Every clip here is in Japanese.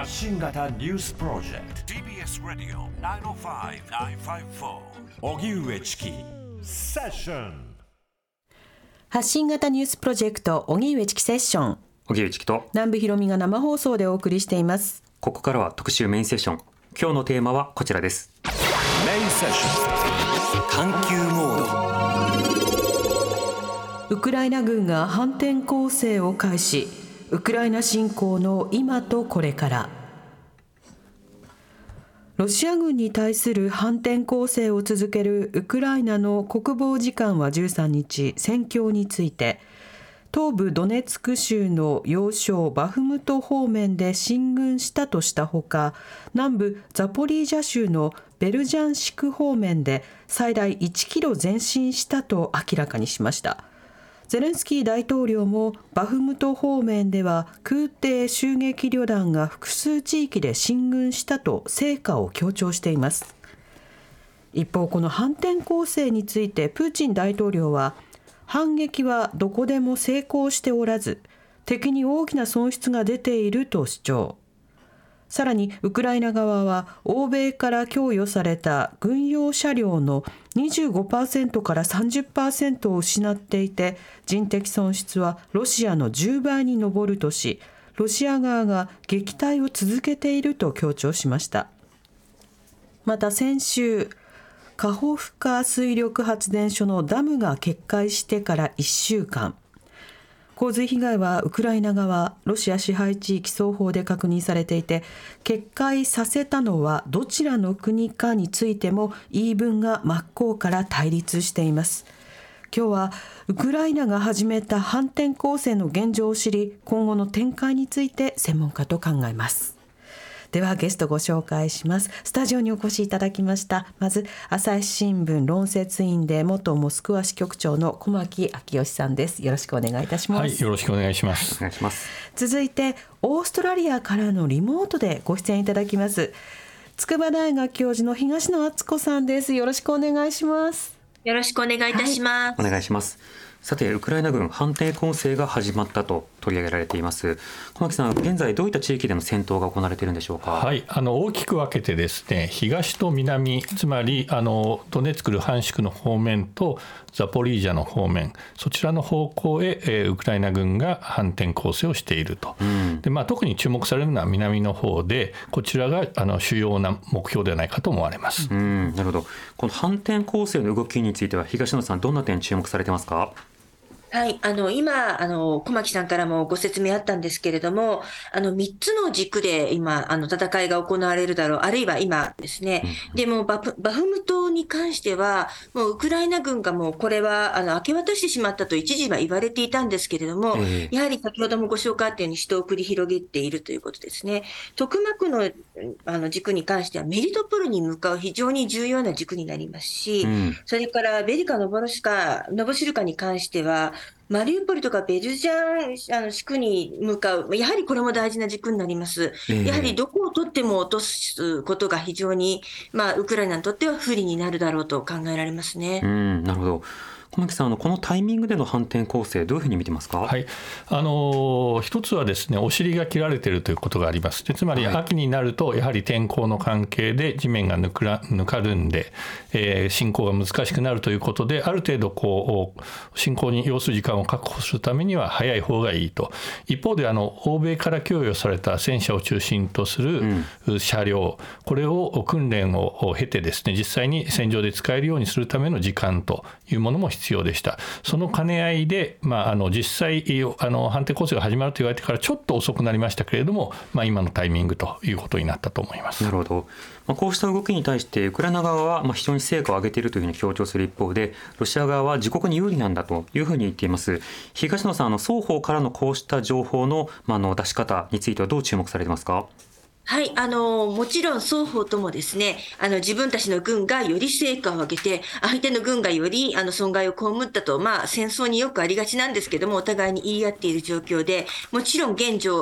発信型ニュースプロジェクト TBS ラディオ905-954おぎゅうえちきセッション。 発信型ニュースプロジェクト荻上チキセッション、 荻上チキと南部ひろみが生放送でお送りしています。 ここからは特集メインセッション。今日のテーマはこちらです。 メインセッション探求モード。 ウクライナ軍が反転攻勢を開始。ウクライナ侵攻の今とこれから。ロシア軍に対する反転攻勢を続けるウクライナの国防次官は13日、戦況について、東部ドネツク州の要衝バフムト方面で進軍したとしたほか、南部ザポリージャ州のベルジャンシク方面で最大1キロ前進したと明らかにしました。ゼレンスキー大統領もバフムト方面では空挺襲撃旅団が複数地域で進軍したと成果を強調しています。一方、この反転攻勢についてプーチン大統領は、反撃はどこでも成功しておらず、敵に大きな損失が出ていると主張。さらにウクライナ側は欧米から供与された軍用車両の 25% から 30% を失っていて、人的損失はロシアの10倍に上るとし、ロシア側が撃退を続けていると強調しました。また先週、カホフカ水力発電所のダムが決壊してから1週間、洪水被害はウクライナ側、ロシア支配地域双方で確認されていて、決壊させたのはどちらの国かについても言い分が真っ向から対立しています。今日はウクライナが始めた反転攻勢の現状を知り、今後の展開について専門家と考えます。ではゲストご紹介します。スタジオにお越しいただきました。まず朝日新聞論説委員で元モスクワ支局長の小牧昭義さんです。よろしくお願いいたします。 はい、よろしくお願いします。 お願いします。 続いてオーストラリアからのリモートでご出演いただきます筑波大学教授の東野篤子さんです。よろしくお願いします。 よろしくお願いいたします。 お願いします。さて、ウクライナ軍反転攻勢が始まったと取り上げられています。小牧さん、現在どういった地域での戦闘が行われているんでしょうか。 はい、大きく分けてですね、東と南、つまりドネツク、ルハンシクの方面とザポリージャの方面、そちらの方向へ、ウクライナ軍が反転攻勢をしていると。で、特に注目されるのは南の方で、こちらが主要な目標ではないかと思われます。 なるほど。この反転攻勢の動きについては東野さん、どんな点注目されてますか。 はい、今小牧さんからもご説明あったんですけれども、3つの軸で今戦いが行われるだろう、あるいは今ですね、でもバフムトに関してはもうウクライナ軍がもうこれは明け渡してしまったと一時は言われていたんですけれども、やはり先ほどもご紹介あったように死闘を繰り広げているということですね。トクマクの軸に関してはメリトポルに向かう非常に重要な軸になりますし、それからベリカ・ノボシルカに関してはマリウポリとかベルジャンシクに向かう、やはりこれも大事な軸になります。やはりどこを取っても落とすことが非常に、ウクライナにとっては不利になるだろうと考えられますね。 なるほど。小牧さん、このタイミングでの反転攻勢、どういうふうに見てますか。 はい、一つはですね、お尻が切られているということがあります。で、つまり秋になるとやはり天候の関係で地面がぬかるんで、進行が難しくなるということで、ある程度進行に要する時間を確保するためには早い方がいいと。一方で欧米から供与された戦車を中心とする車両、これを訓練を経てですね、実際に戦場で使えるようにするための時間というものも必要でした。その兼ね合いで、実際反転攻勢が始まると言われてからちょっと遅くなりましたけれども、今のタイミングということになったと思います。 なるほど。こうした動きに対してウクライナ側は非常に成果を上げているというふうに強調する一方で、ロシア側は自国に有利なんだというふうに言っています。東野さん、双方からのこうした情報の出し方についてはどう注目されてますか。 はい、もちろん双方ともですね、自分たちの軍がより成果を上げて、相手の軍がより損害を被ったと、戦争によくありがちなんですけども、お互いに言い合っている状況で、もちろん現状、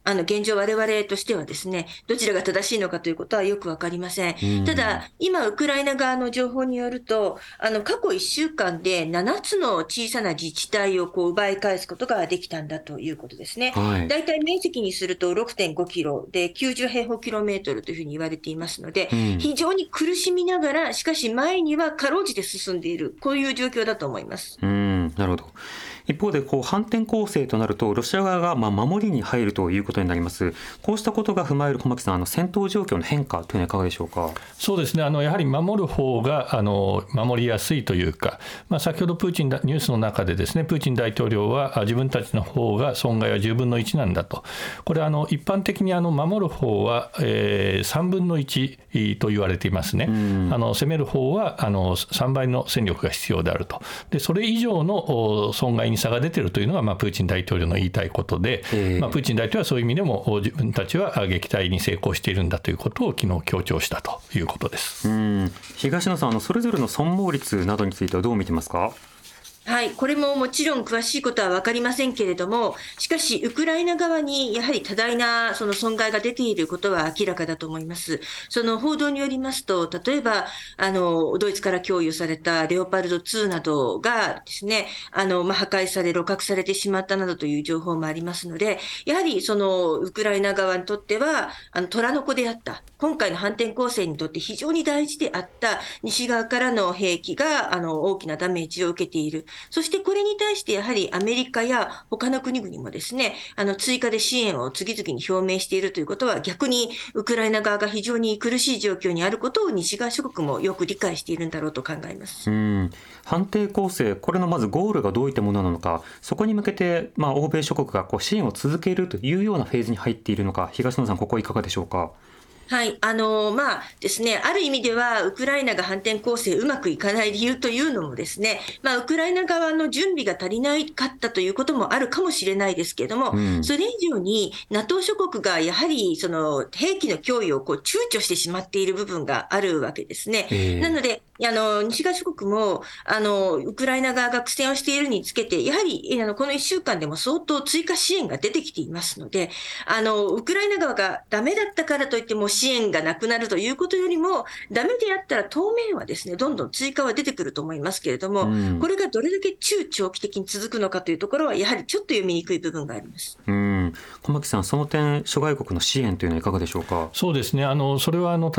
現状我々としてはですね、どちらが正しいのかということはよくわかりません。ただ、今、ウクライナ側の情報によると、過去1週間で7つの小さな自治体を奪い返すことができたんだということですね。だいたい面積にすると 6.5 キロで90平方キロメートルというふうに言われていますので、非常に苦しみながら、しかし前にはかろうじて進んでいる、こういう状況だと思います。 なるほど。一方で反転攻勢となるとロシア側が守りに入るということになります。こうしたことが踏まえる小牧さん、戦闘状況の変化というのはいかがでしょうか。 そうですね、やはり守る方が守りやすいというか、先ほどニュースの中でですね、プーチン大統領は自分たちの方が損害は10分の1なんだと。これ一般的に守る方は、3分の1と言われていますね。攻める方は3倍の戦力が必要であると。でそれ以上の損害に差が出ているというのが、プーチン大統領の言いたいことで、プーチン大統領はそういう意味でも自分たちは撃退に成功しているんだということを昨日強調したということです。 東野さん、それぞれの損耗率などについてはどう見てますか。 はい、これももちろん詳しいことは分かりませんけれども、しかし、ウクライナ側にやはり多大なその損害が出ていることは明らかだと思います。その報道によりますと、例えばドイツから供与されたレオパルド2などがですね、破壊され、鹵獲されてしまったなどという情報もありますので、やはりそのウクライナ側にとっては、虎の子であった、今回の反転攻勢にとって非常に大事であった西側からの兵器が大きなダメージを受けている。そしてこれに対してやはりアメリカや他の国々もですね、追加で支援を次々に表明しているということは、逆にウクライナ側が非常に苦しい状況にあることを西側諸国もよく理解しているんだろうと考えます。 反転攻勢、これのまずゴールがどういったものなのか、そこに向けて、欧米諸国が支援を続けるというようなフェーズに入っているのか、東野さん、ここはいかがでしょうか。 はい、ですね、ある意味では、ウクライナが反転攻勢うまくいかない理由というのもですね、ウクライナ側の準備が足りなかったということもあるかもしれないですけれども、それ以上に NATO 諸国がやはりその兵器の供与を躊躇してしまっている部分があるわけですね。なので、西側諸国もウクライナ側が苦戦をしているにつけて、やはりこの1週間でも相当追加支援が出てきていますので、ウクライナ側がダメだったからといっても支援がなくなるということよりも、ダメであったら当面はですね、どんどん追加は出てくると思いますけれども、これがどれだけ中長期的に続くのかというところは、やはりちょっと読みにくい部分があります。 小牧さん、その点、諸外国の支援というのはいかがでしょうか。 そうですね、それは例えば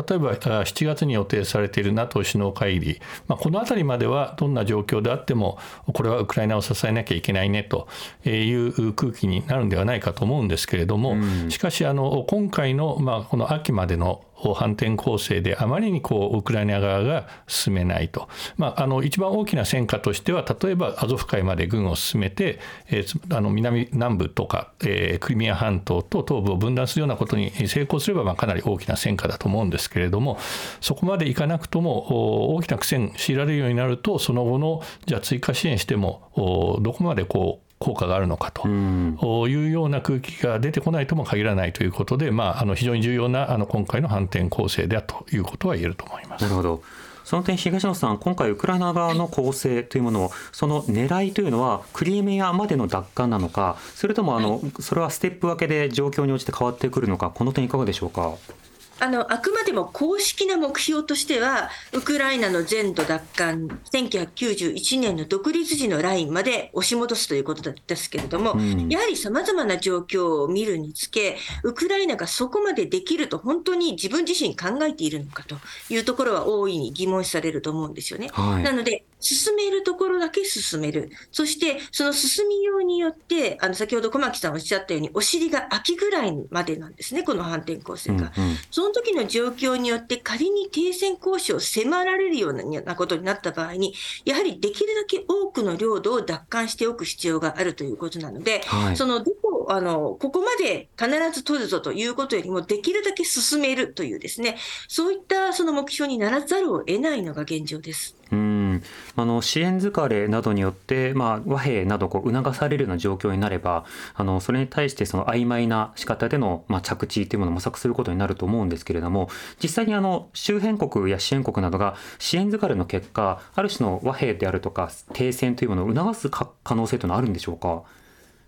7月に予定されている NATO 首脳会議、このあたりまではどんな状況であっても、これはウクライナを支えなきゃいけないねという空気になるんではないかと思うんですけれども、しかし今回の、この秋までの反転攻勢であまりにウクライナ側が進めないと、一番大きな戦果としては、例えばアゾフ海まで軍を進めて、南部とか、クリミア半島と東部を分断するようなことに成功すれば、かなり大きな戦果だと思うんですけれども、そこまでいかなくとも大きな苦戦強いられるようになると、その後のじゃあ追加支援してもどこまで効果があるのかというような空気が出てこないとも限らないということで、非常に重要な今回の反転攻勢であるということは言えると思います。 なるほど。その点、東野さん、今回ウクライナ側の攻勢というものを、その狙いというのはクリミアまでの奪還なのか、それともそれはステップ分けで状況に応じて変わってくるのか、この点いかがでしょうか。 あくまでも公式な目標としては、ウクライナの全土奪還、1991年の独立時のラインまで押し戻すということですけれども、やはり様々な状況を見るにつけ、ウクライナがそこまでできると本当に自分自身考えているのかというところは大いに疑問視されると思うんですよね。なので、進めるところだけ進める。そして、その進みようによって、先ほど小牧さんおっしゃったように、お尻が秋ぐらいまでなんですね、この反転攻勢が。その時の状況によって、仮に停戦交渉を迫られるようなことになった場合に、やはりできるだけ多くの領土を奪還しておく必要があるということなので、ここまで必ず取るぞということよりも、できるだけ進めるというですね、そういったその目標にならざるを得ないのが現状です。 支援疲れなどによって、和平など促されるような状況になれば、それに対してその曖昧な仕方での、着地というものを模索することになると思うんですけれども、実際に周辺国や支援国などが支援疲れの結果、ある種の和平であるとか停戦というものを促す可能性というのはあるんでしょうか。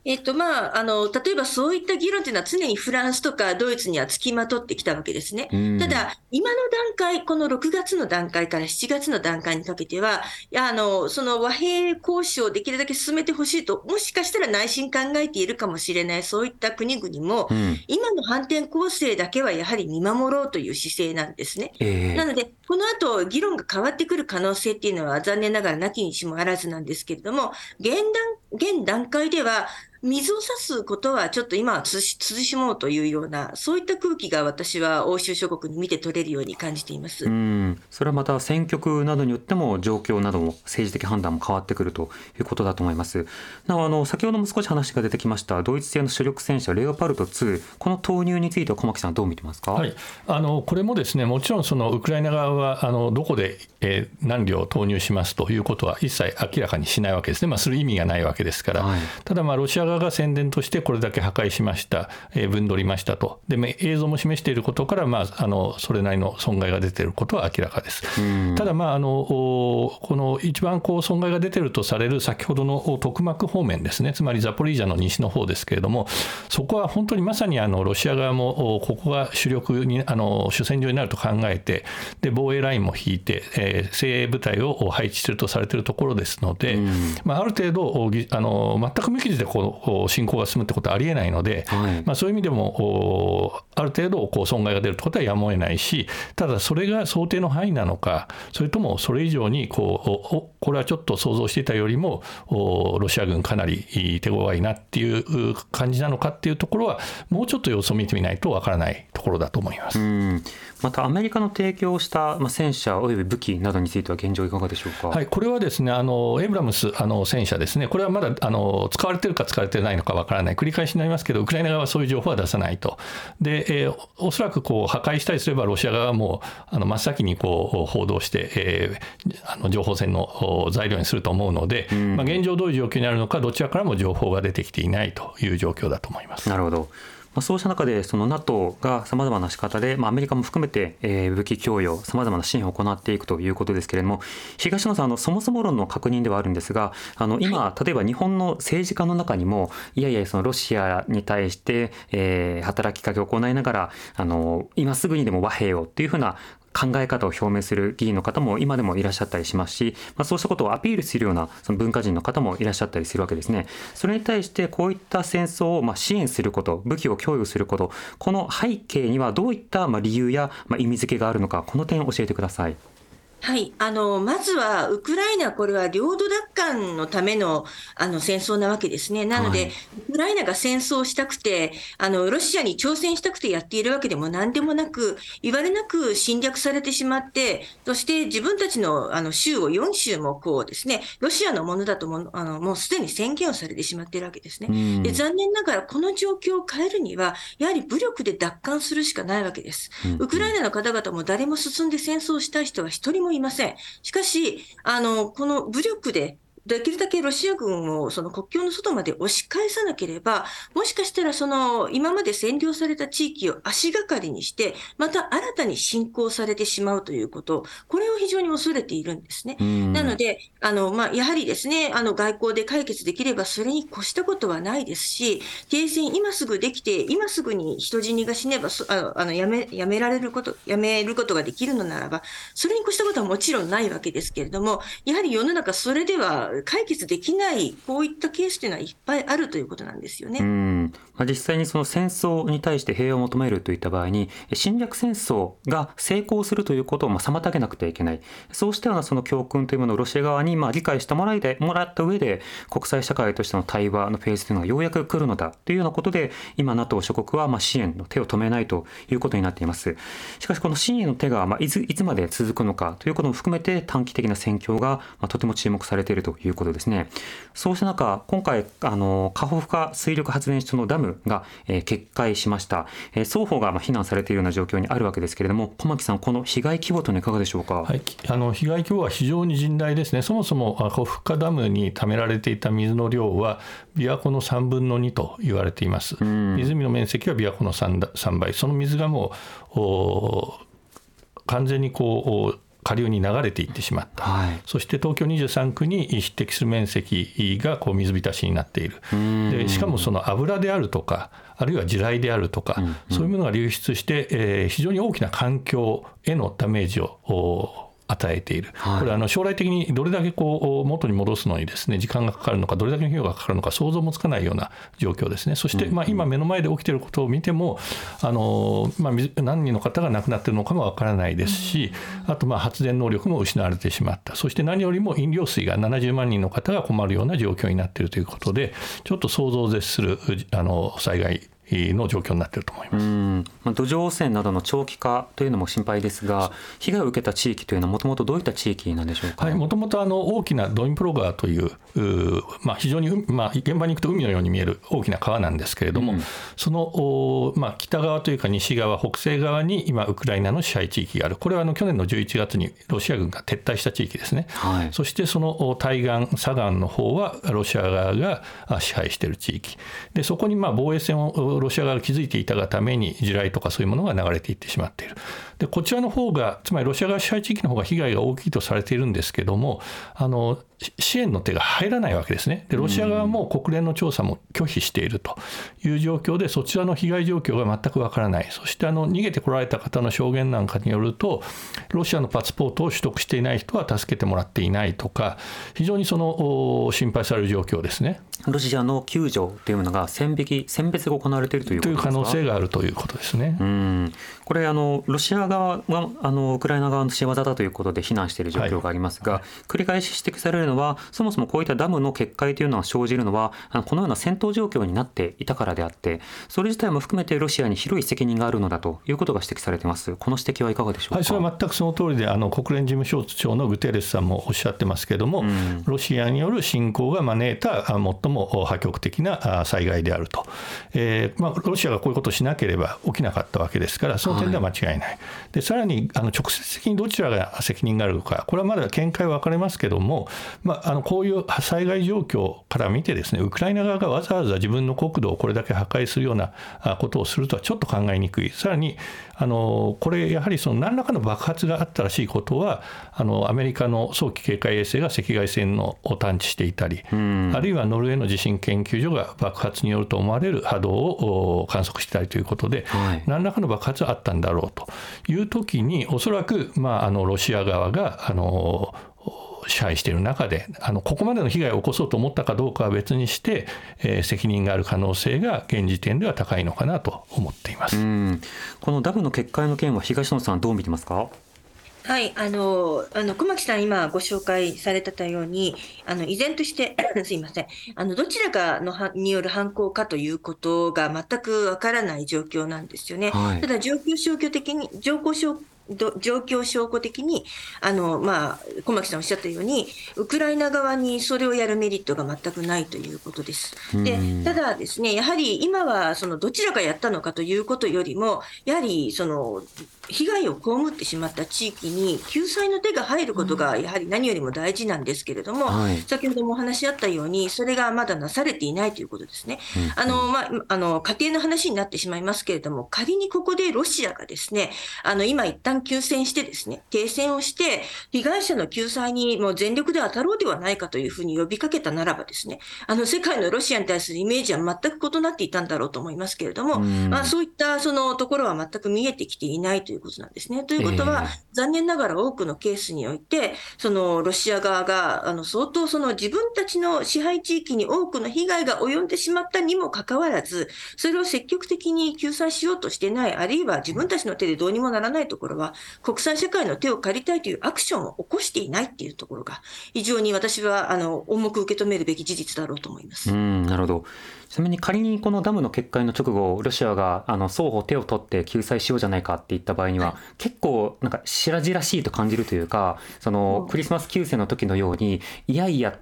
例えばそういった議論というのは常にフランスとかドイツにはつきまとってきたわけですね。ただ、今の段階、この6月の段階から7月の段階にかけては、その和平交渉をできるだけ進めてほしいと、もしかしたら内心考えているかもしれない、そういった国々も、今の反転攻勢だけはやはり見守ろうという姿勢なんですね。なので、この後議論が変わってくる可能性っていうのは残念ながらなきにしもあらずなんですけれども、現段階では、水を差すことはちょっと今は慎もうというような、そういった空気が私は欧州諸国に見て取れるように感じています。 それはまた選挙区などによっても状況なども政治的判断も変わってくるということだと思います。なお、先ほども少し話が出てきましたドイツ製の主力戦車レオパルト2、この投入については小牧さんどう見てますか？ はい、これもですね、もちろんそのウクライナ側はどこで、何両投入しますということは一切明らかにしないわけですね。する意味がないわけですから、ただロシア側が宣伝としてこれだけ破壊しました、分取りましたと、で映像も示していることから、それなりの損害が出ていることは明らかです。ただ、この一番損害が出ているとされる先ほどのトクマク方面ですね、つまりザポリージャの西の方ですけれども、そこは本当にまさにロシア側もここが主力に主戦場になると考えて、で防衛ラインも引いて、精鋭部隊を配置するとされているところですので、ある程度全く無傷で侵攻が進むってことはありえないので、そういう意味でもある程度損害が出るってことはやむを得ないし、ただそれが想定の範囲なのか、それともそれ以上にこれはちょっと想像していたよりもロシア軍かなり手強いなっていう感じなのかっていうところはもうちょっと様子を見てみないとわからないところだと思います。 またアメリカの提供した戦車および武器などについては現状いかがでしょうか？ はい、これはですね、エイブラムス戦車ですね、これはまだ使われているか使われていないのかわからない、繰り返しになりますけど、ウクライナ側はそういう情報は出さないと。で、おそらく破壊したりすればロシア側はもう真っ先に報道して、情報戦の材料にすると思うので、現状どういう状況にあるのかどちらからも情報が出てきていないという状況だと思います。 なるほど。そうした中でその NATO がさまざまな仕方で、アメリカも含めて、武器供与さまざまな支援を行っていくということですけれども、東野さんそもそも論の確認ではあるんですが、今例えば日本の政治家の中にもいやいやそのロシアに対して、働きかけを行いながら今すぐにでも和平をっていうふうな考え方を表明する議員の方も今でもいらっしゃったりしますし、そうしたことをアピールするようなその文化人の方もいらっしゃったりするわけですね。それに対してこういった戦争を支援すること、武器を供与すること、この背景にはどういった理由や意味付けがあるのか、この点を教えてください。 はい、まずはウクライナ、これは領土奪還のための戦争なわけですね。なので、ウクライナが戦争をしたくて、ロシアに挑戦したくてやっているわけでもなんでもなく、言われなく侵略されてしまって、そして自分たちの州を4州もですね、ロシアのものだともうすでに宣言をされてしまっているわけですね。で、残念ながらこの状況を変えるには、やはり武力で奪還するしかないわけです。ウクライナの方々も誰も進んで戦争をしたい人は一人もいません。しかし、この武力でできるだけロシア軍をその国境の外まで押し返さなければ、もしかしたら今まで占領された地域を足がかりにして、また新たに侵攻されてしまうということ、これを非常に恐れているんですね。なので、やはりですね、外交で解決できればそれに越したことはないですし、停戦今すぐできて、今すぐに人死にが死ねばやめることができるのならば、それに越したことはもちろんないわけですけれども、やはり世の中それでは解決できないこういったケースというのはいっぱいあるということなんですよね。 実際にその戦争に対して平和を求めるといった場合に侵略戦争が成功するということを妨げなくてはいけない、そうしたようなその教訓というものをロシア側に理解してもらった上で国際社会としての対話のフェーズというのがようやく来るのだというようなことで、今 NATO 諸国は支援の手を止めないということになっています。しかしこの支援の手がいつまで続くのかということも含めて短期的な戦況がとても注目されているということですね。そうした中、今回カホフカ水力発電所のダムが決壊しました。双方が非難されているような状況にあるわけですけれども、小牧さん、この被害規模というのはいかがでしょうか？ はい、被害規模は非常に甚大ですね。そもそもカホフカダムに貯められていた水の量は琵琶湖の3分の2と言われています。湖の面積は琵琶湖の 3倍、その水がもう完全に下流に流れていってしまった、そして東京23区に匹敵する面積がこう水浸しになっている。でしかもその油であるとかあるいは地雷であるとか、そういうものが流出して、非常に大きな環境へのダメージを与えている。これは将来的にどれだけこう元に戻すのにですね時間がかかるのか、どれだけの費用がかかるのか想像もつかないような状況ですね。そして今目の前で起きていることを見ても何人の方が亡くなっているのかもわからないですし、あと発電能力も失われてしまった。そして何よりも飲料水が70万人の方が困るような状況になっているということで、ちょっと想像を絶する災害の状況になっていると思います。 土壌汚染などの長期化というのも心配ですが、被害を受けた地域というのはもともとどういった地域なんでしょうか。 もともと大きなドニプロ川という非常に、現場に行くと海のように見える大きな川なんですけれども、その、北側というか西側北西側に今ウクライナの支配地域がある。これは去年の11月にロシア軍が撤退した地域ですね、そしてその対岸左岸の方はロシア側が支配している地域で、そこに防衛線をロシア側が築いていたがために地雷とかそういうものが流れていってしまっている。でこちらの方が、つまりロシア側支配地域の方が被害が大きいとされているんですけども、支援の手が入らないわけですね。でロシア側も国連の調査も拒否しているという状況で、そちらの被害状況が全くわからない。そして逃げてこられた方の証言なんかによると、ロシアのパスポートを取得していない人は助けてもらっていないとか、非常に心配される状況ですね。 ロシアの救助というものが選別が行われているということですか。 という可能性があるということですね。 これロシア側がウクライナ側の仕業だということで非難している状況がありますが、繰り返し指摘されるのは、そもそもこういったダムの決壊というのが生じるのはこのような戦闘状況になっていたからであって、それ自体も含めてロシアに広い責任があるのだということが指摘されています。この指摘はいかがでしょうか。 それは全くその通りで、国連事務総長のグテーレスさんもおっしゃってますけれども、ロシアによる侵攻が招いた最も破局的な災害であると、ロシアがこういうことをしなければ起きなかったわけですから、その点では間違いない。でさらに直接的にどちらが責任があるのか、これはまだ見解は分かれますけども、こういう災害状況から見てですね、ウクライナ側がわざわざ自分の国土をこれだけ破壊するようなことをするとはちょっと考えにくい。さらにこれやはり何らかの爆発があったらしいことは、アメリカの早期警戒衛星が赤外線を探知していたり、あるいはノルウェーの地震研究所が爆発によると思われる波動を観測していたりということで、何らかの爆発があったんだろうという時に、おそらく、ロシア側が支配している中でここまでの被害を起こそうと思ったかどうかは別にして、責任がある可能性が現時点では高いのかなと思っています。 このダムの決壊の件は東野さんどう見てますか。 小牧さん今ご紹介されたように、依然としてすいません、どちらかによる犯行かということが全くわからない状況なんですよね。ただ状況証拠的に小牧さんおっしゃったように、ウクライナ側にそれをやるメリットが全くないということです。でただですね、やはり今はどちらがやったのかということよりも、やはり被害を被ってしまった地域に救済の手が入ることがやはり何よりも大事なんですけれども、先ほどもお話あったように、それがまだなされていないということですね。家庭の話になってしまいますけれども、仮にここでロシアがですね、今一旦休戦してですね、停戦をして被害者の救済にもう全力で当たろうではないかというふうに呼びかけたならばですね、世界のロシアに対するイメージは全く異なっていたんだろうと思いますけれども、そういったところは全く見えてきていないということなんですね。ということは、残念ながら多くのケースにおいて、ロシア側が相当自分たちの支配地域に多くの被害が及んでしまったにもかかわらず、それを積極的に救済しようとしてない、あるいは自分たちの手でどうにもならないところは国際社会の手を借りたいというアクションを起こしていないというところが非常に私は重く受け止めるべき事実だろうと思います。 なるほど。ちなみに仮にこのダムの決壊の直後、ロシアが双方手を取って救済しようじゃないかって言った場合には、結構なんか白々しいと感じるというか、クリスマス休戦の時のようにいやいや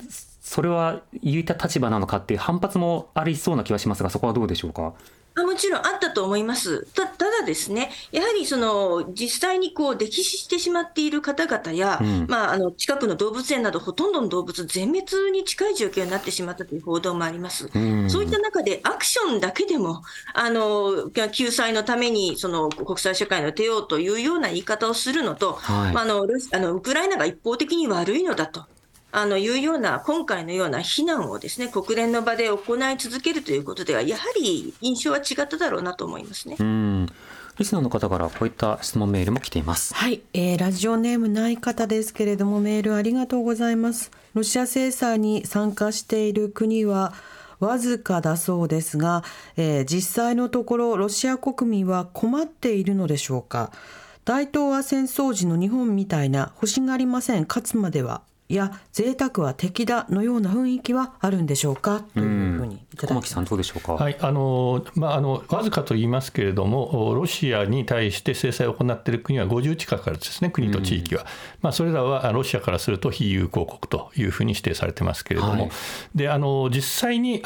それは言った立場なのかっていう反発もありそうな気はしますが、そこはどうでしょうか。 もちろんあったと思います。ただですね、やはり実際に溺死してしまっている方々や、近くの動物園などほとんどの動物全滅に近い状況になってしまったという報道もあります。そういった中でアクションだけでも救済のために国際社会の手をというような言い方をするのと、ウクライナが一方的に悪いのだというような今回のような非難をですね、国連の場で行い続けるということではやはり印象は違っただろうなと思いますね。 リスナーの方からこういった質問メールも来ています。 はい、ラジオネームない方ですけれども、メールありがとうございます。ロシア制裁に参加している国はわずかだそうですが、実際のところロシア国民は困っているのでしょうか。大東亜戦争時の日本みたいな欲しがりません、勝つまではいや贅沢は敵だのような雰囲気はあるんでしょうかというふうにいただきます。 小牧さんどうでしょうか。 はい、わずかと言いますけれども、ロシアに対して制裁を行っている国は50近くあるんですね、国と地域は。それらはロシアからすると非友好国というふうに指定されてますけれども、で実際に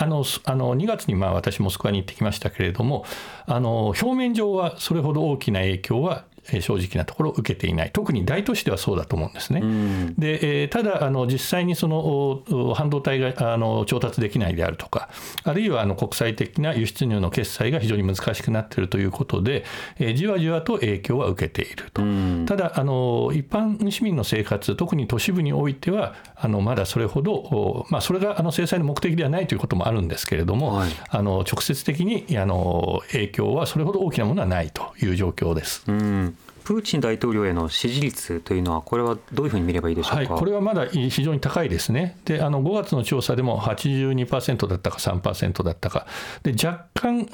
2月に私モスクワに行ってきましたけれども、表面上はそれほど大きな影響は正直なところ受けていない。特に大都市ではそうだと思うんですね。でただ実際にその半導体が調達できないであるとか、あるいは国際的な輸出入の決済が非常に難しくなっているということで、じわじわと影響は受けていると。ただ一般市民の生活、特に都市部においてはまだそれほど、それが制裁の目的ではないということもあるんですけれども、直接的に影響はそれほど大きなものはないという状況です。 プーチン大統領への支持率というのは、これはどういうふうに見ればいいでしょうか。 これはまだ非常に高いですね。で5月の調査でも 82% だったか 3% だったかで、若干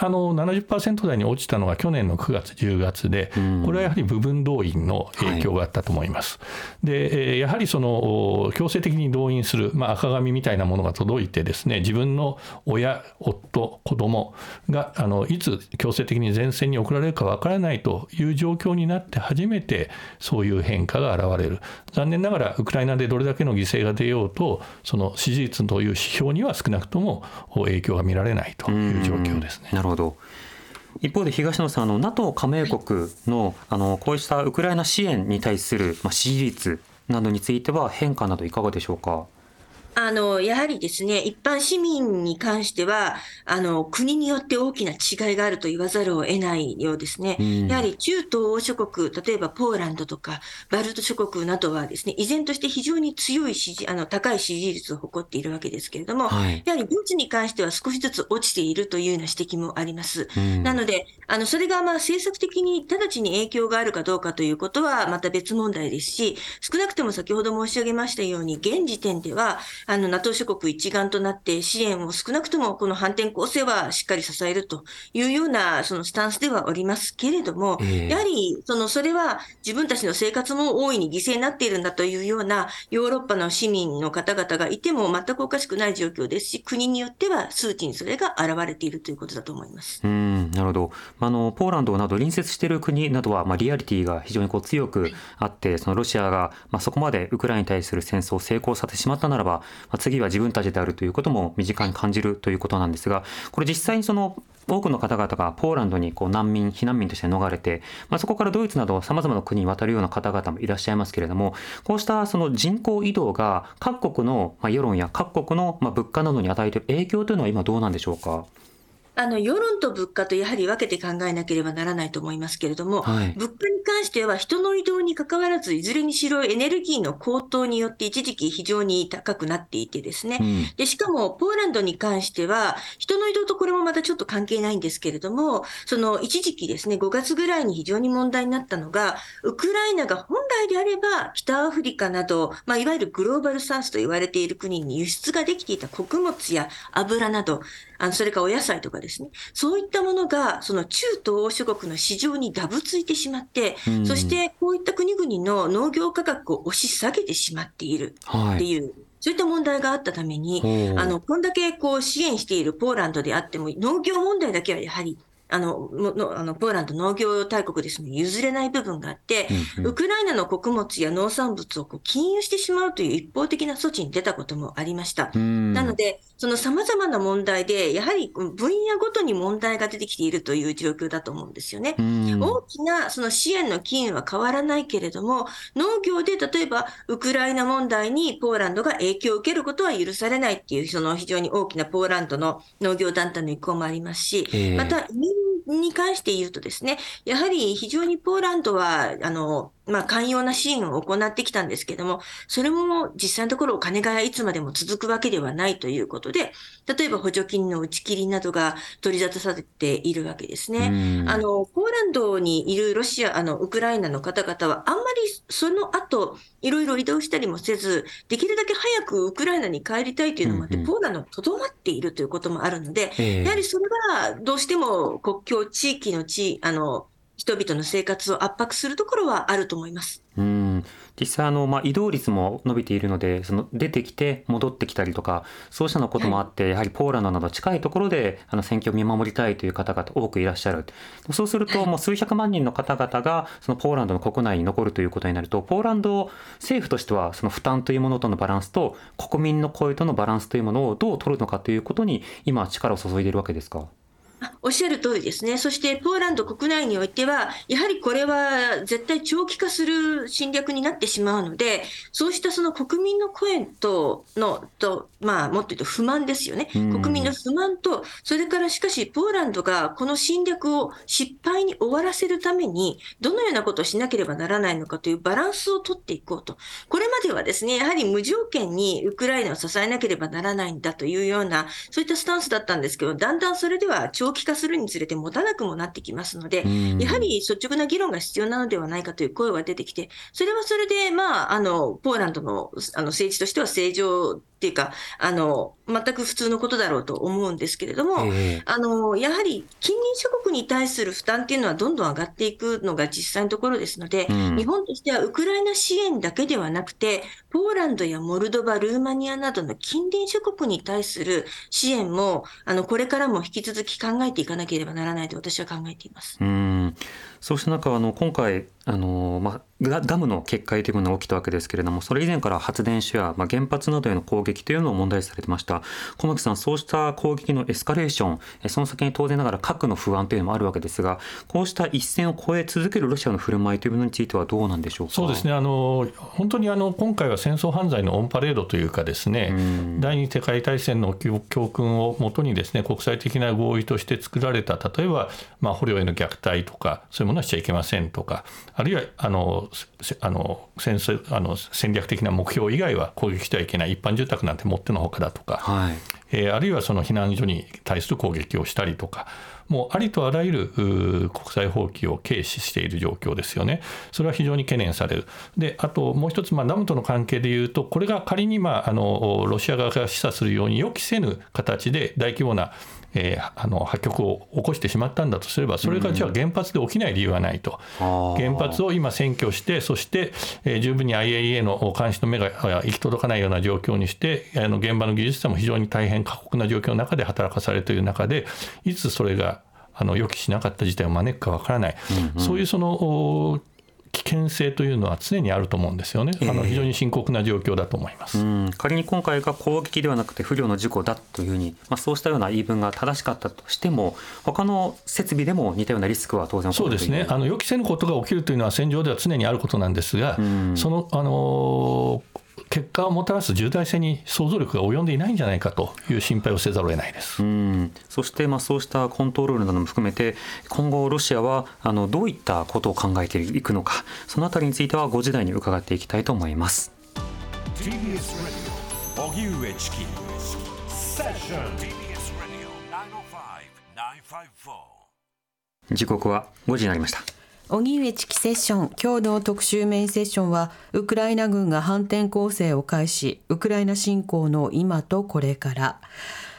70% 台に落ちたのが去年の9月10月で、これはやはり部分動員の影響があったと思います。でやはり強制的に動員する、赤紙みたいなものが届いてですね、自分の親、夫、子供がいつ強制的に前線に送られるか分からないという状況になって初めてそういう変化が現れる。残念ながらウクライナでどれだけの犠牲が出ようと、その支持率という指標には少なくとも影響が見られないという状況ですね。 なるほど。一方で東野さん、NATO 加盟国のこうしたウクライナ支援に対する支持率などについては変化などいかがでしょうか。 やはりですね、一般市民に関しては、国によって大きな違いがあると言わざるを得ないようですね。やはり中東欧諸国、例えばポーランドとかバルト諸国などはですね、依然として非常に強い高い支持率を誇っているわけですけれども、やはりドイツに関しては少しずつ落ちているというような指摘もあります。なので、それが政策的に直ちに影響があるかどうかということはまた別問題ですし、少なくとも先ほど申し上げましたように、現時点ではNATO 諸国一丸となって支援を少なくともこの反転攻勢はしっかり支えるというようなそのスタンスではおりますけれども、やはりそれは自分たちの生活も大いに犠牲になっているんだというようなヨーロッパの市民の方々がいても全くおかしくない状況ですし、国によっては数値にそれが現れているということだと思います。 なるほど。ポーランドなど隣接している国などはリアリティが非常に強くあって、そのロシアがそこまでウクライナに対する戦争を成功させてしまったならば、次は自分たちであるということも身近に感じるということなんですが、これ実際に多くの方々がポーランドに避難民として逃れて、そこからドイツなどさまざまな国に渡るような方々もいらっしゃいますけれども、こうした人口移動が各国の世論や各国の物価などに与えている影響というのは今どうなんでしょうか。 世論と物価とやはり分けて考えなければならないと思いますけれども、物価に関しては人の移動に関わらず、いずれにしろエネルギーの高騰によって一時期非常に高くなっていてですね、でしかもポーランドに関しては人の移動とこれもまたちょっと関係ないんですけれども、一時期ですね、5月ぐらいに非常に問題になったのが、ウクライナが本来であれば北アフリカなど、いわゆるグローバルサウスと言われている国に輸出ができていた穀物や油など、それからお野菜とかですね、そういったものが中東欧諸国の市場にダブついてしまって、そしてこういった国々の農業価格を押し下げてしまっているっていう、そういった問題があったために、こんだけ支援しているポーランドであっても、農業問題だけはやはりポーランド農業大国ですので譲れない部分があって、ウクライナの穀物や農産物を禁輸してしまうという一方的な措置に出たこともありました。なので、その様々な問題で、やはり分野ごとに問題が出てきているという状況だと思うんですよね。大きなその支援の機運は変わらないけれども、農業で例えばウクライナ問題にポーランドが影響を受けることは許されないっていう、その非常に大きなポーランドの農業団体の意向もありますし、また移民に関して言うとですね、やはり非常にポーランドは、寛容な支援を行ってきたんですけども、それも実際のところお金がいつまでも続くわけではないということで、例えば補助金の打ち切りなどが取り沙汰されているわけですね。ポーランドにいるウクライナの方々はあんまりその後、いろいろ移動したりもせず、できるだけ早くウクライナに帰りたいというのもあって、ポーランドに留まっているということもあるので、やはりそれがどうしても国境地域の人々の生活を圧迫するところはあると思います。 実際移動率も伸びているので、その出てきて戻ってきたりとか、そうしたのこともあって、やはりポーランドなど近いところで戦況を見守りたいという方々多くいらっしゃる。そうするともう数百万人の方々がそのポーランドの国内に残るということになると、ポーランド政府としてはその負担というものとのバランスと国民の声とのバランスというものをどう取るのかということに今力を注いでいるわけですか？ おっしゃる通りですね。そしてポーランド国内においては、やはりこれは絶対長期化する侵略になってしまうので、そうしたその国民の声もっと言うと不満ですよね。国民の不満と、それからしかしポーランドがこの侵略を失敗に終わらせるために、どのようなことをしなければならないのかというバランスを取っていこうと。これまではですね、やはり無条件にウクライナを支えなければならないんだというような、そういったスタンスだったんですけど、だんだんそれでは長期化するにつれて持たなくもなってきますので、やはり率直な議論が必要なのではないかという声が出てきて、それはそれで、ポーランドの政治としては正常っていうか、全く普通のことだろうと思うんですけれども、やはり近隣諸国に対する負担っていうのはどんどん上がっていくのが実際のところですので、日本としてはウクライナ支援だけではなくて、ポーランドやモルドバ、ルーマニアなどの近隣諸国に対する支援も、これからも引き続き考えていかなければならないと私は考えています。 そうした中、今回ダムの決壊というものが起きたわけですけれども、それ以前から発電所や原発などへの攻撃というのを問題視されてました。小牧さん、そうした攻撃のエスカレーション、その先に当然ながら核の不安というのもあるわけですが、こうした一線を越え続けるロシアの振る舞いというものについてはどうなんでしょうか？ そうですね、本当に今回は戦争犯罪のオンパレードというかですね、第二次世界大戦の教訓をもとにですね、国際的な合意として作られた、例えば、捕虜への虐待とかそういうものはしちゃいけませんとか、あるいは戦略的な目標以外は攻撃してはいけない、一般住宅なんてもってのほかだとか、あるいはその避難所に対する攻撃をしたりとか、もうありとあらゆる国際法規を軽視している状況ですよね。それは非常に懸念される。で、あともう一つ、ダムとの関係でいうと、これが仮にロシア側が示唆するように予期せぬ形で大規模な破局を起こしてしまったんだとすれば、それがじゃあ原発で起きない理由はないと。原発を今占拠して、そして、十分に IAEA の監視の目が行き届かないような状況にして、現場の技術者も非常に大変過酷な状況の中で働かされている中で、いつそれが予期しなかった事態を招くかわからない、そういうその危険性というのは常にあると思うんですよね。非常に深刻な状況だと思います。 仮に今回が攻撃ではなくて不慮の事故だというふうに、そうしたような言い分が正しかったとしても、他の設備でも似たようなリスクは当然起こるという。 そうですね、予期せぬことが起きるというのは戦場では常にあることなんですが、その結果をもたらす重大性に想像力が及んでいないんじゃないかという心配をせざるを得ないです。 そしてそうしたコントロールなども含めて、今後ロシアはどういったことを考えていくのか、そのあたりについては5時台に伺っていきたいと思います。 TBS Radio 荻上チキセッション TBS Radio 905-954。 時刻は5時になりました。 荻上チキセッション、今日の特集メインセッションは、ウクライナ軍が反転攻勢を開始、ウクライナ侵攻の今とこれから。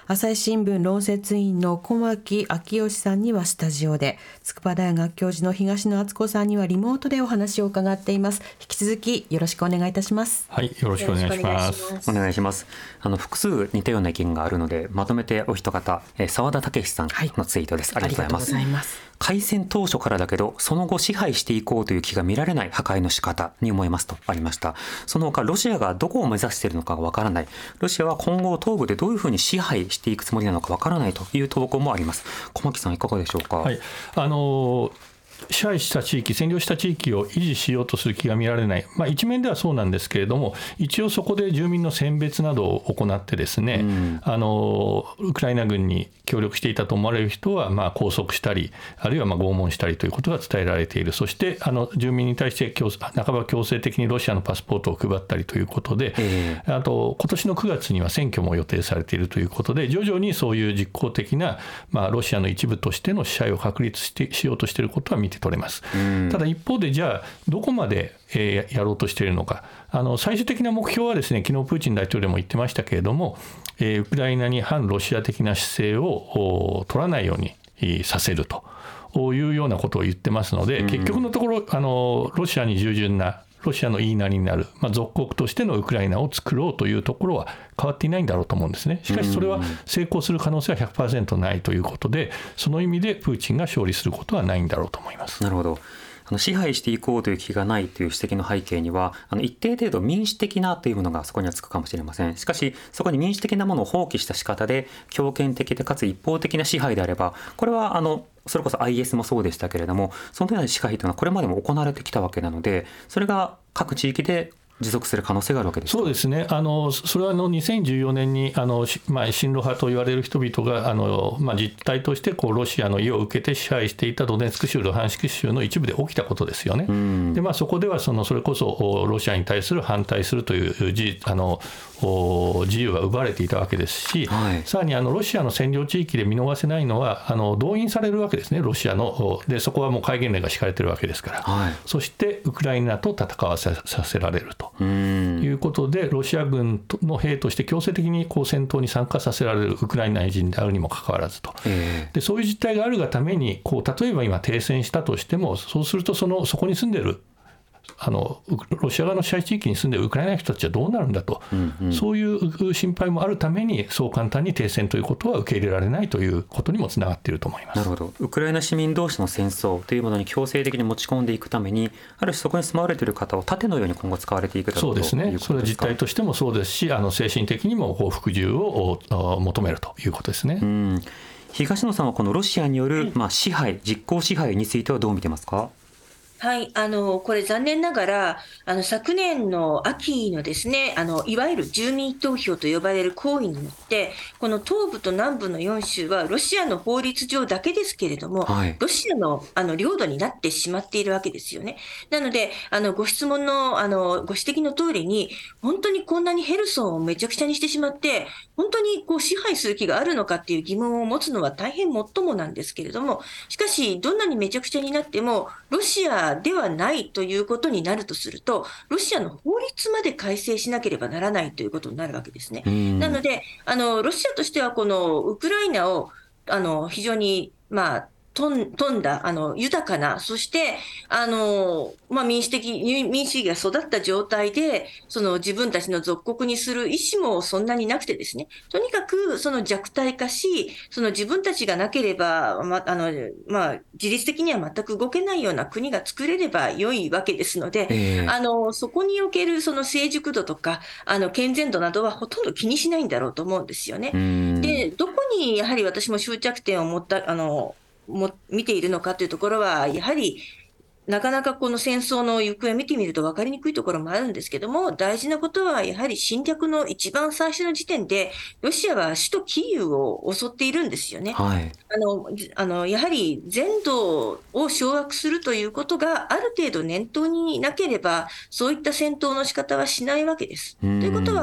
朝日新聞論説委員の小牧昭義さんにはスタジオで、筑波大学教授の東野篤子さんにはリモートでお話を伺っています。引き続きよろしくお願いいたします。 はい、よろしくお願いします。 お願いします。複数似たような意見があるのでまとめてお一方、澤田武さんのツイートです。ありがとうございます。開戦当初からだけどその後支配していこうという気が見られない破壊の仕方に思いますとありました。その他ロシアがどこを目指しているのかがわからない、ロシアは今後東部でどういうふうに支配していくつもりなのかわからないという投稿もあります。小牧さんいかがでしょうか。 はい、支配した地域、占領した地域を維持しようとする気が見られない、一面ではそうなんですけれども、一応そこで住民の選別などを行ってですね、ウクライナ軍に協力していたと思われる人は拘束したり、あるいは拷問したりということが伝えられている。そして住民に対して半ば強制的にロシアのパスポートを配ったりということで、あと今年の9月には選挙も予定されているということで、徐々にそういう実効的な、ロシアの一部としての支配を確立しようとしていることは見て取れます。ただ一方で、じゃあどこまでやろうとしているのか、最終的な目標はですね、昨日プーチン大統領も言ってましたけれども、ウクライナに反ロシア的な姿勢を取らないようにさせるというようなことを言ってますので、結局のところロシアに従順なロシアの言いなりになる、属国としてのウクライナを作ろうというところは変わっていないんだろうと思うんですね。しかしそれは成功する可能性は 100% ないということで、その意味でプーチンが勝利することはないんだろうと思います。 なるほど。支配していこうという気がないという指摘の背景には、一定程度民主的なというものがそこにはつくかもしれません。しかしそこに民主的なものを放棄した仕方で強権的でかつ一方的な支配であれば、これはそれこそ IS もそうでしたけれども、そのような支配というのはこれまでも行われてきたわけなので、それが各地域で持続する可能性があるわけですか。 そうですね。それは2014年に親ロ派と言われる人々が実態としてロシアの意を受けて支配していたドネツク州、ルハンシク州の一部で起きたことですよね。でそこではそれこそロシアに対する反対するという自由が奪われていたわけですし、さらにロシアの占領地域で見逃せないのは動員されるわけですね、ロシアの。でそこはもう戒厳令が敷かれているわけですから、そしてウクライナと戦わさせられるということで、ロシア軍の兵として強制的に戦闘に参加させられるウクライナ人であるにもかかわらずと、でそういう実態があるがために例えば今停戦したとしても、そうするとそこに住んでいるロシア側の支配地域に住んでいるウクライナの人たちはどうなるんだと、そういう心配もあるために、そう簡単に停戦ということは受け入れられないということにもつながっていると思います。 なるほど。ウクライナ市民同士の戦争というものに強制的に持ち込んでいくために、ある種そこに住まわれている方を盾のように今後使われていくだろうということですか。そうですね。それは実態としてもそうですし、精神的にも服従を求めるということですね。東野さんはこのロシアによる支配、実効支配についてはどう見てますか。 はい、これ残念ながら、昨年の秋のですね、いわゆる住民投票と呼ばれる行為によって、この東部と南部の4州はロシアの法律上だけですけれども、ロシアの、領土になってしまっているわけですよね。なので、ご質問の、ご指摘の通りに、本当にこんなにヘルソンをめちゃくちゃにしてしまって、本当に支配する気があるのかっていう疑問を持つのは大変もっともなんですけれども、しかし、どんなにめちゃくちゃになっても、ロシアではないということになるとすると、ロシアの法律まで改正しなければならないということになるわけですね。なので、ロシアとしてはこのウクライナを非常に富んだ豊かな、そして民主主義が育った状態で自分たちの属国にする意思もそんなになくてですね、とにかく弱体化し、自分たちがなければ、自律的には全く動けないような国が作れれば良いわけですので、そこにおける成熟度とか健全度などはほとんど気にしないんだろうと思うんですよね。でどこにやはり私も終着点を持った見ているのかというところは、やはりなかなかこの戦争の行方を見てみると分かりにくいところもあるんですけども、大事なことはやはり侵略の一番最初の時点でロシアは首都キーウを襲っているんですよね。やはり全土を掌握するということがある程度念頭になければ、そういった戦闘の仕方はしないわけです。ということは、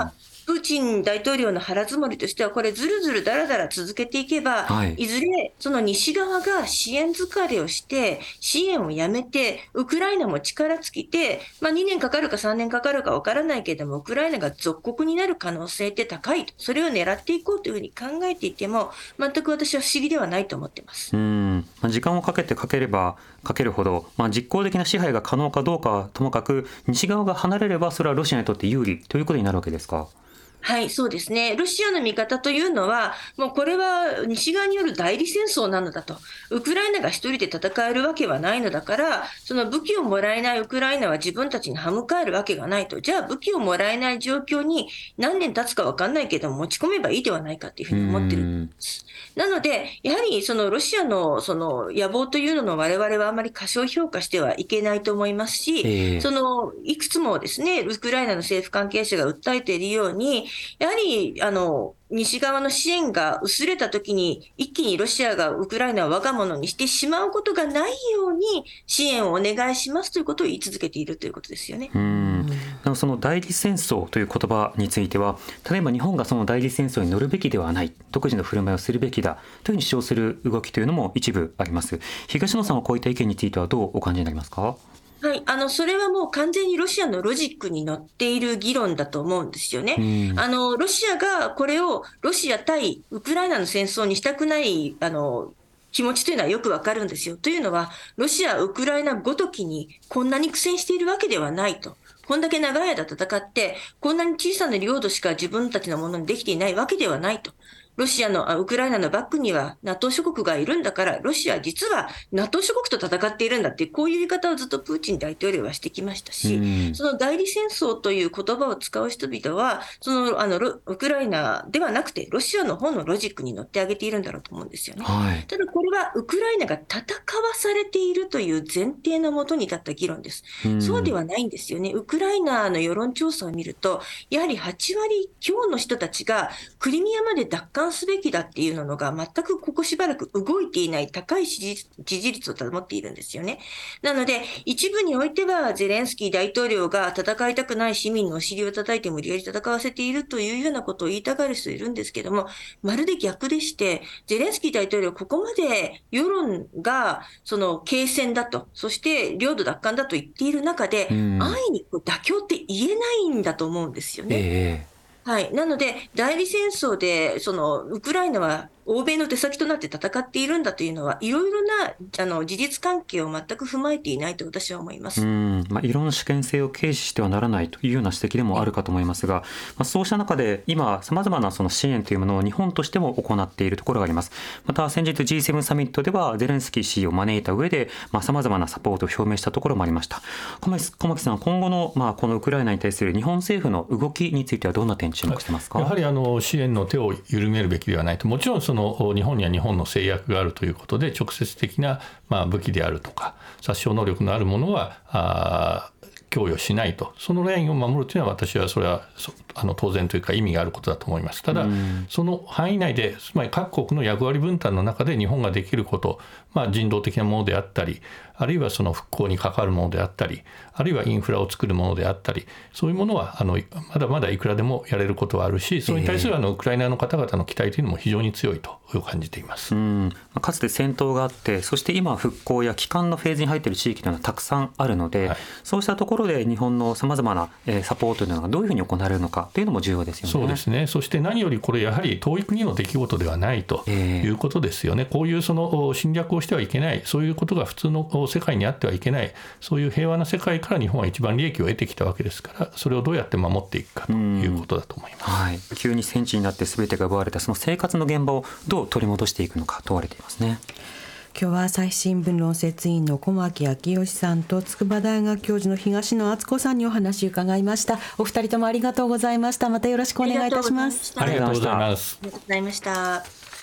プーチン大統領の腹積もりとしては、これ、ずるずるだらだら続けていけば、 はいいずれその西側が支援疲れをして、支援をやめて、ウクライナも力尽きて、2年かかるか3年かかるか分からないけれども、ウクライナが属国になる可能性って高いと、それを狙っていこうというふうに考えていても、全く私は不思議ではないと思っています。 時間をかけてかければかけるほど、実効的な支配が可能かどうかはともかく、西側が離れればそれはロシアにとって有利ということになるわけですか。 はい、そうですね。ロシアの見方というのは、もうこれは西側による代理戦争なのだと。ウクライナが一人で戦えるわけはないのだから、その武器をもらえないウクライナは自分たちに歯向かえるわけがないと。じゃあ武器をもらえない状況に何年経つか分かんないけども持ち込めばいいではないかというふうに思ってるんです。なので、やはりそのロシアのその野望というのの我々はあまり過小評価してはいけないと思いますし、そのいくつもですね、ウクライナの政府関係者が訴えているように、やはり西側の支援が薄れたときに、一気にロシアがウクライナを我が物にしてしまうことがないように、支援をお願いしますということを言い続けているということですよね。 でもその代理戦争という言葉については、例えば日本がその代理戦争に乗るべきではない、独自の振る舞いをするべきだというふうに主張する動きというのも一部あります。東野さんはこういった意見についてはどうお感じになりますか。 はい、それはもう完全にロシアのロジックに乗っている議論だと思うんですよね。ロシアがこれをロシア対ウクライナの戦争にしたくない気持ちというのはよくわかるんですよ。というのは、ロシア、ウクライナごときにこんなに苦戦しているわけではないと。こんだけ長い間戦って、こんなに小さな領土しか自分たちのものにできていないわけではないと。ウクライナのバックには NATO 諸国がいるんだから、ロシアは実は NATO 諸国と戦っているんだって、こういう言い方をずっとプーチン大統領はしてきましたし、その代理戦争という言葉を使う人々は、ウクライナではなくて、ロシアの方のロジックに乗ってあげているんだろうと思うんですよね。ただこれはウクライナが戦わされているという前提のもとに立った議論です。そうではないんですよね。ウクライナの世論調査を見ると、やはり8割強の人たちがクリミアまで奪還すべきだっていうのが全くここしばらく動いていない高い支持率を保っているんですよね。なので、一部においてはゼレンスキー大統領が戦いたくない市民のお尻を叩いて無理やり戦わせているというようなことを言いたがる人いるんですけども、まるで逆でして、ゼレンスキー大統領、ここまで世論がその継戦だと、そして領土奪還だと言っている中で、安易に妥協って言えないんだと思うんですよね。はい、なので、代理戦争でウクライナは欧米の出先となって戦っているんだというのは、いろいろな事実関係を全く踏まえていないと私は思います。 いろんな主権性を軽視してはならないというような指摘でもあるかと思いますが、そうした中で今さまざまなその支援というものを日本としても行っているところがあります。また先日 G7 サミットではゼレンスキー氏を招いた上でさまざまなサポートを表明したところもありました。小牧さん、今後のこのウクライナに対する日本政府の動きについてはどんな点注目してますか。 やはり支援の手を緩めるべきではないと。もちろん日本には日本の制約があるということで、直接的な武器であるとか殺傷能力のあるものは供与しないと、そのラインを守るというのは、私はそれは当然というか意味があることだと思います。ただ、その範囲内で、つまり各国の役割分担の中で日本ができること、人道的なものであったり、あるいはその復興に関わるものであったり、あるいはインフラを作るものであったり、そういうものはまだまだいくらでもやれることはあるし、それに対するウクライナの方々の期待というのも非常に強いと感じています。 かつて戦闘があって、そして今復興や帰還のフェーズに入っている地域というのはたくさんあるので、そうしたところで日本のさまざまなサポートというのがどういうふうに行われるのかというのも重要ですよね。 そうですね。そして何よりこれやはり遠い国の出来事ではないということですよね。こういう侵略をしてはいけない、そういうことが普通の世界にあってはいけない、そういう平和な世界から日本は一番利益を得てきたわけですから、それをどうやって守っていくかということだと思います。 急に戦地になって全てが奪われたその生活の現場をどう取り戻していくのか問われていますね。 今日は最新聞論説委員の小牧昭義さんと筑波大学教授の東野篤子さんにお話を伺いました。お二人ともありがとうございました。またよろしくお願いいたします。 ありがとうございます。 ありがとうございました。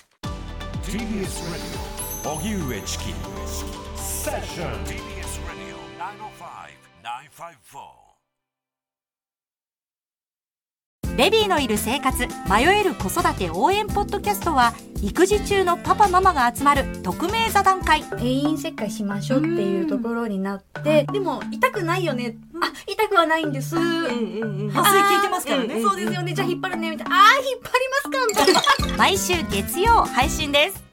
TBS Radio 荻上チキセッション TBS Radio 905-954 ベビーのいる生活迷える子育て応援ポッドキャストは、育児中のパパママが集まる匿名座談会。 定員切開しましょうっていうところになって、でも痛くないよね、あ、痛くはないんです、麻酔効いてますからね、そうですよね、じゃあ引っ張るねみたいな、引っ張りますかみたいな毎週月曜配信です。